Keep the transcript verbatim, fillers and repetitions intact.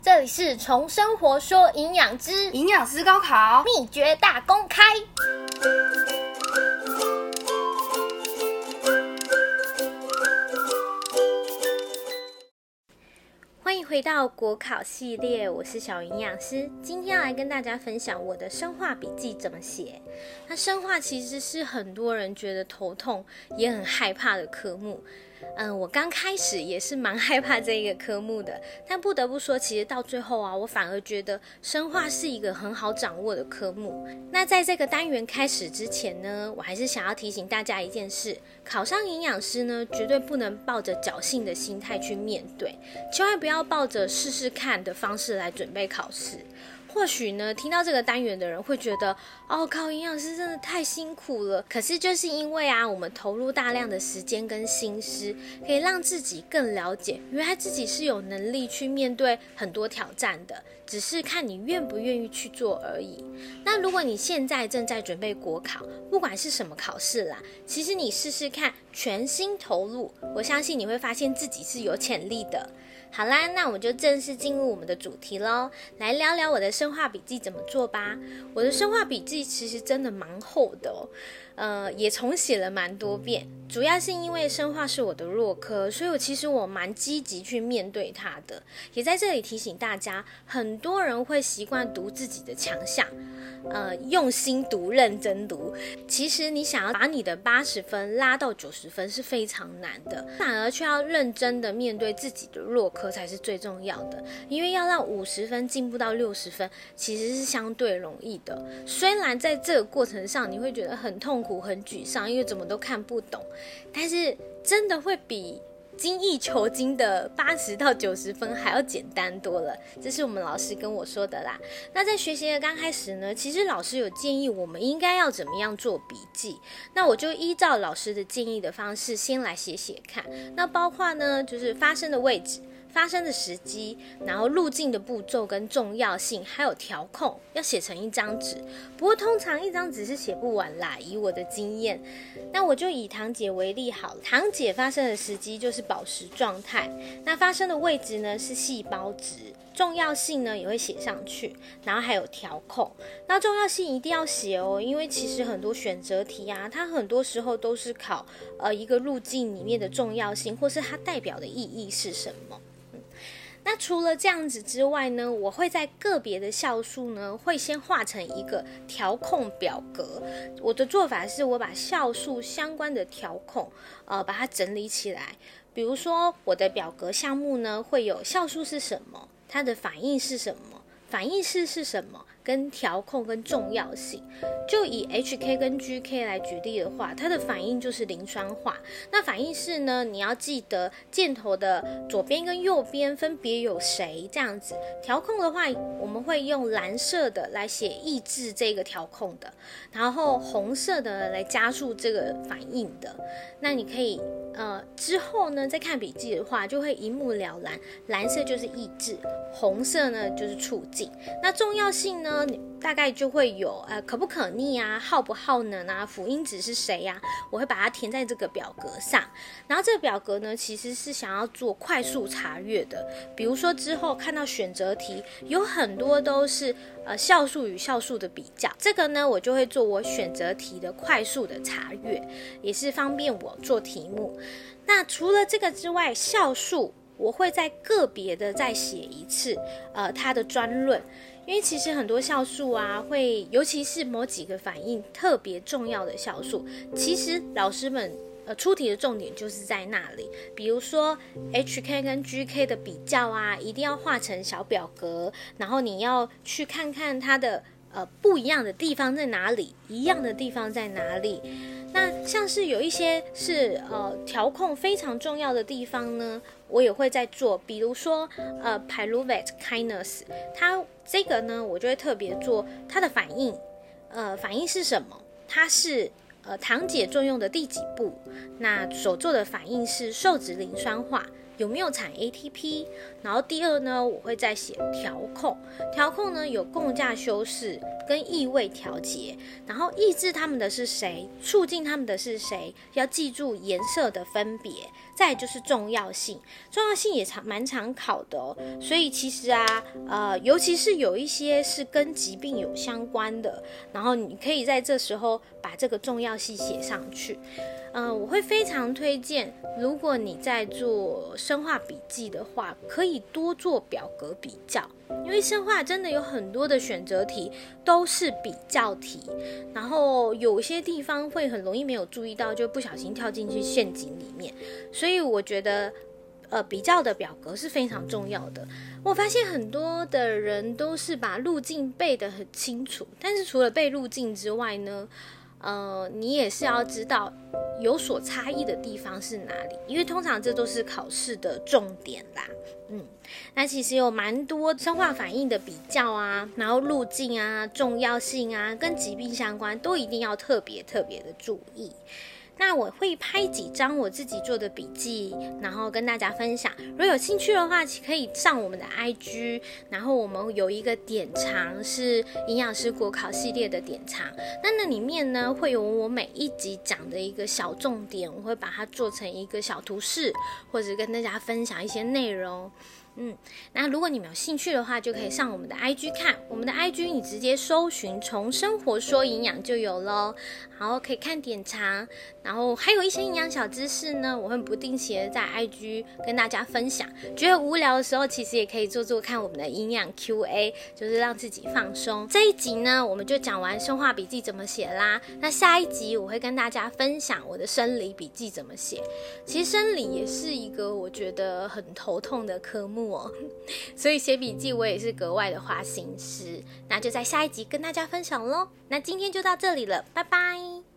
这里是从生活说营养之营养师高考秘诀大公开。欢迎回到国考系列，我是小营养师，今天要来跟大家分享我的生化笔记怎么写。那生化其实是很多人觉得头痛也很害怕的科目。嗯，我刚开始也是蛮害怕这个科目的，但不得不说，其实到最后啊，我反而觉得生化是一个很好掌握的科目。那在这个单元开始之前呢，我还是想要提醒大家一件事：考上营养师呢，绝对不能抱着侥幸的心态去面对，千万不要抱着试试看的方式来准备考试。或许呢，听到这个单元的人会觉得，哦，考营养师真的太辛苦了。可是就是因为啊，我们投入大量的时间跟心思，可以让自己更了解，原来自己是有能力去面对很多挑战的，只是看你愿不愿意去做而已。那如果你现在正在准备国考，不管是什么考试啦，其实你试试看，全心投入，我相信你会发现自己是有潜力的。好啦，那我们就正式进入我们的主题咯，来聊聊我的生化笔记怎么做吧。我的生化笔记其实真的蛮厚的哦，呃，也重写了蛮多遍，主要是因为生化是我的弱科，所以我其实我蛮积极去面对它的。也在这里提醒大家，很多人会习惯读自己的强项，呃，用心读、认真读。其实你想要把你的八十分拉到九十分是非常难的，反而却要认真的面对自己的弱科才是最重要的。因为要让五十分进步到六十分，其实是相对容易的。虽然在这个过程上你会觉得很痛苦、很沮丧，因为怎么都看不懂，但是真的会比精益求精的八十到九十分还要简单多了，这是我们老师跟我说的啦。那在学习的刚开始呢，其实老师有建议我们应该要怎么样做笔记，那我就依照老师的建议的方式先来写写看。那包括呢，就是发生的位置、发生的时机，然后路径的步骤跟重要性，还有调控，要写成一张纸。不过通常一张纸是写不完啦，以我的经验。那我就以糖解为例好了，糖解发生的时机就是饱食状态，那发生的位置呢是细胞质，重要性呢也会写上去，然后还有调控。那重要性一定要写哦，因为其实很多选择题啊，它很多时候都是考呃一个路径里面的重要性，或是它代表的意义是什么。那除了这样子之外呢，我会在个别的项数呢，会先画成一个调控表格。我的做法是我把项数相关的调控，呃，把它整理起来。比如说我的表格项目呢，会有项数是什么，它的反应是什么，反应式是什么，跟调控跟重要性。就以 H K 跟 G K 来举例的话，它的反应就是磷酸化。那反应式呢，你要记得箭头的左边跟右边分别有谁这样子。调控的话，我们会用蓝色的来写抑制这个调控的，然后红色的来加速这个反应的。那你可以呃之后呢再看笔记的话，就会一目了然。蓝色就是抑制，红色呢就是促进。那重要性呢，大概就会有呃可不可逆啊，耗不耗能啊，辅因子是谁啊，我会把它填在这个表格上。然后这个表格呢，其实是想要做快速查阅的。比如说之后看到选择题，有很多都是呃项数与项数的比较，这个呢我就会做我选择题的快速的查阅，也是方便我做题目。那除了这个之外，项数我会在个别的再写一次呃它的专论。因为其实很多项数啊，会尤其是某几个反应特别重要的项数，其实老师们呃出题的重点就是在那里。比如说 H K 跟 G K 的比较啊，一定要画成小表格，然后你要去看看它的呃不一样的地方在哪里，一样的地方在哪里。那像是有一些是呃调控非常重要的地方呢，我也会在做。比如说呃 Pyruvate Kinase， 它这个呢我就会特别做它的反应，呃反应是什么，它是呃糖解作用的第几步。那所做的反应是受质磷酸化， 有没有产 A T P， 然后第二呢，我会再写调控。调控呢有共价修饰跟异味调节，然后抑制它们的是谁，促进它们的是谁，要记住颜色的分别。再来就是重要性，重要性也常蛮常考的哦。所以其实啊，呃，尤其是有一些是跟疾病有相关的，然后你可以在这时候把这个重要性写上去。呃，我会非常推荐，如果你在做生化笔记的话，可以多做表格比较，因为生化真的有很多的选择题都是比较题，然后有些地方会很容易没有注意到，就不小心跳进去陷阱里面，所以我觉得呃，比较的表格是非常重要的。我发现很多的人都是把路径背得很清楚，但是除了背路径之外呢，呃，你也是要知道有所差异的地方是哪里，因为通常这都是考试的重点啦。嗯，那其实有蛮多生化反应的比较啊，然后路径啊、重要性啊，跟疾病相关，都一定要特别特别的注意。那我会拍几张我自己做的笔记，然后跟大家分享。如果有兴趣的话，可以上我们的 I G， 然后我们有一个典藏是营养师国考系列的典藏。那那里面呢，会有我每一集讲的一个小重点，我会把它做成一个小图示，或者跟大家分享一些内容。嗯，那如果你们有兴趣的话，就可以上我们的 I G 看。我们的 I G 你直接搜寻从生活说营养就有咯，然后可以看典藏，然后还有一些营养小知识呢，我会不定期的在 I G 跟大家分享。觉得无聊的时候，其实也可以做做看我们的营养 Q A， 就是让自己放松。这一集呢，我们就讲完生化笔记怎么写啦。那下一集我会跟大家分享我的生理笔记怎么写。其实生理也是一个我觉得很头痛的科目哦，所以写笔记我也是格外的花心思。那就在下一集跟大家分享咯。那今天就到这里了，拜拜。